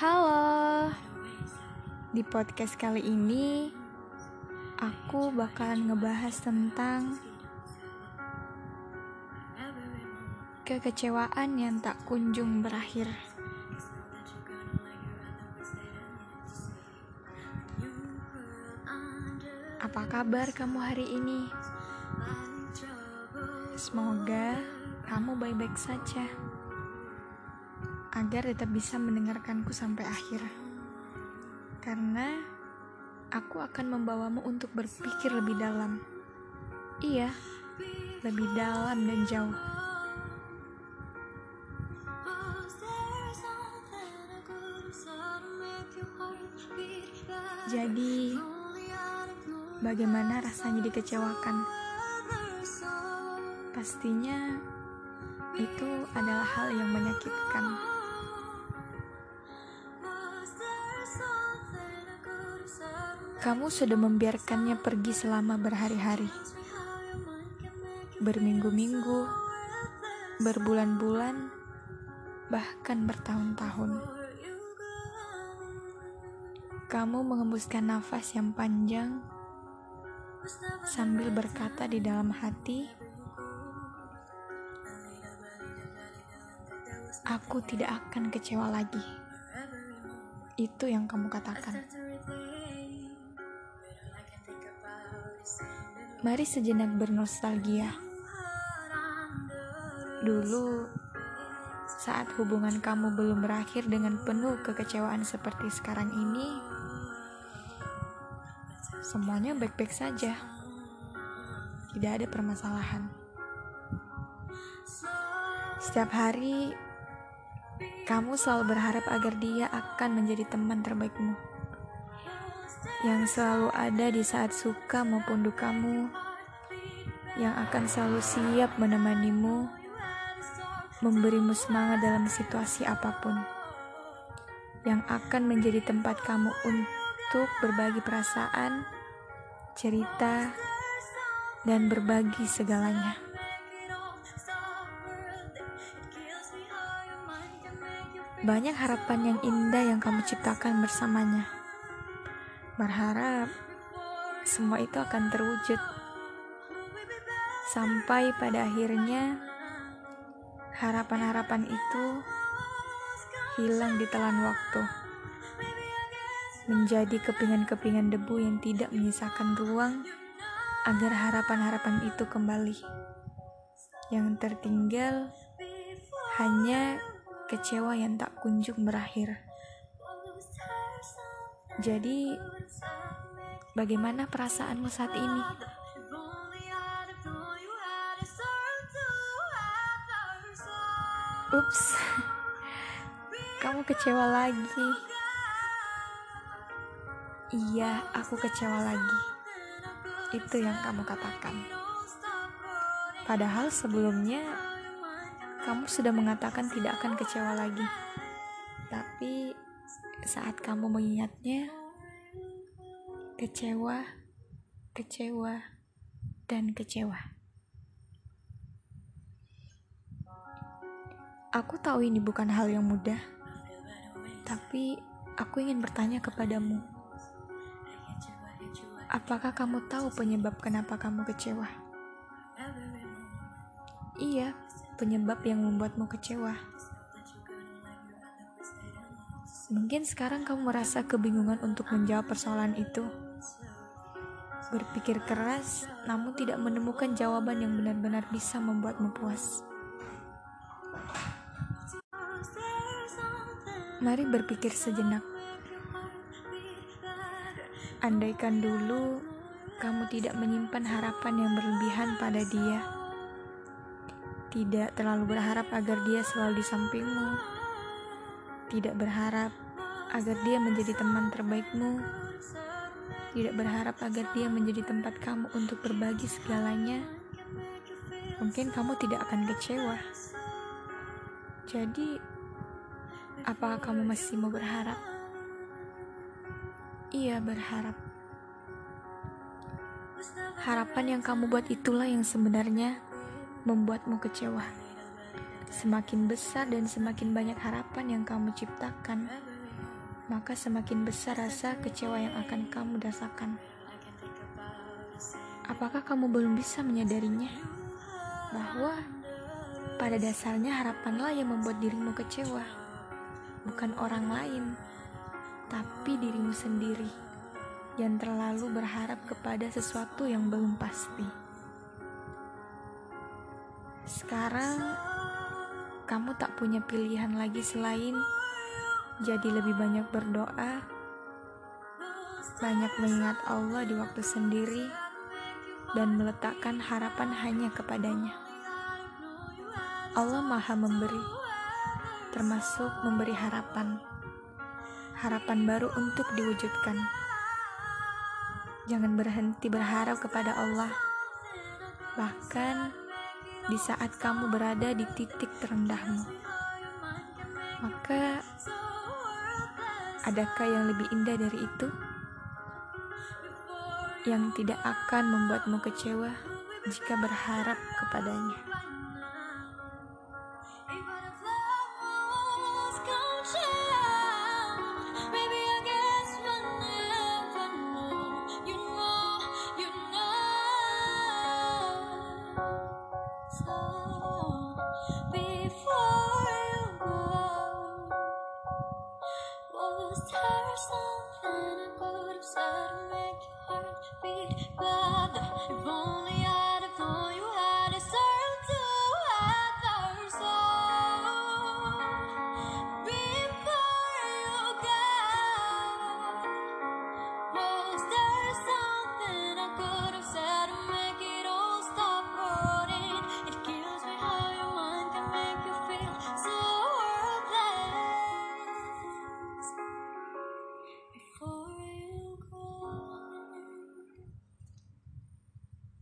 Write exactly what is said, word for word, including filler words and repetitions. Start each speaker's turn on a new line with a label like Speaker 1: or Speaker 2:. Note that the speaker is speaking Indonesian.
Speaker 1: Halo, di podcast kali ini aku bakalan ngebahas tentang kekecewaan yang tak kunjung berakhir. Apa kabar kamu hari ini? Semoga kamu baik-baik saja, agar tetap bisa mendengarkanku sampai akhir. Karena aku akan membawamu untuk berpikir lebih dalam. Iya, lebih dalam dan jauh. Jadi, bagaimana rasanya dikecewakan? Pastinya itu adalah hal yang menyakitkan. Kamu sudah membiarkannya pergi selama berhari-hari, berminggu-minggu, berbulan-bulan, bahkan bertahun-tahun. Kamu mengembuskan nafas yang panjang sambil berkata di dalam hati, "Aku tidak akan kecewa lagi." Itu yang kamu katakan. Mari sejenak bernostalgia. Dulu, saat hubungan kamu belum berakhir dengan penuh kekecewaan seperti sekarang ini, semuanya baik-baik saja. Tidak ada permasalahan. Setiap hari, kamu selalu berharap agar dia akan menjadi teman terbaikmu, yang selalu ada di saat suka maupun dukamu, yang akan selalu siap menemanimu, memberimu semangat dalam situasi apapun, yang akan menjadi tempat kamu untuk berbagi perasaan, cerita, dan berbagi segalanya. Banyak harapan yang indah yang kamu ciptakan bersamanya. Berharap semua itu akan terwujud. Sampai pada akhirnya harapan-harapan itu hilang ditelan waktu, menjadi kepingan-kepingan debu yang tidak menyisakan ruang agar harapan-harapan itu kembali. Yang tertinggal hanya kecewa yang tak kunjung berakhir. Jadi, bagaimana perasaanmu saat ini? Ups, kamu kecewa lagi. Iya, aku kecewa lagi. Itu yang kamu katakan. Padahal sebelumnya kamu sudah mengatakan tidak akan kecewa lagi. Tapi saat kamu mengingatnya, kecewa, kecewa, dan kecewa. Aku tahu ini bukan hal yang mudah, tapi aku ingin bertanya kepadamu. Apakah kamu tahu penyebab kenapa kamu kecewa? Iya, penyebab yang membuatmu kecewa. Mungkin sekarang kamu merasa kebingungan untuk menjawab persoalan itu. Berpikir keras, namun tidak menemukan jawaban yang benar-benar bisa membuatmu puas. Mari berpikir sejenak. Andaikan dulu kamu tidak menyimpan harapan yang berlebihan pada dia, tidak terlalu berharap agar dia selalu di sampingmu, tidak berharap agar dia menjadi teman terbaikmu, tidak berharap agar dia menjadi tempat kamu untuk berbagi segalanya, mungkin kamu tidak akan kecewa. Jadi, apakah kamu masih mau berharap? Iya, berharap. Harapan yang kamu buat itulah yang sebenarnya membuatmu kecewa. Semakin besar dan semakin banyak harapan yang kamu ciptakan, maka semakin besar rasa kecewa yang akan kamu rasakan. Apakah kamu belum bisa menyadarinya? Bahwa pada dasarnya harapanlah yang membuat dirimu kecewa, bukan orang lain, tapi dirimu sendiri yang terlalu berharap kepada sesuatu yang belum pasti. Sekarang kamu tak punya pilihan lagi selain jadi lebih banyak berdoa, banyak mengingat Allah di waktu sendiri, dan meletakkan harapan hanya kepadanya. Allah Maha Memberi, termasuk memberi harapan, harapan baru untuk diwujudkan. Jangan berhenti berharap kepada Allah, bahkan di saat kamu berada di titik terendahmu. Maka, adakah yang lebih indah dari itu? Yang tidak akan membuatmu kecewa jika berharap kepadanya.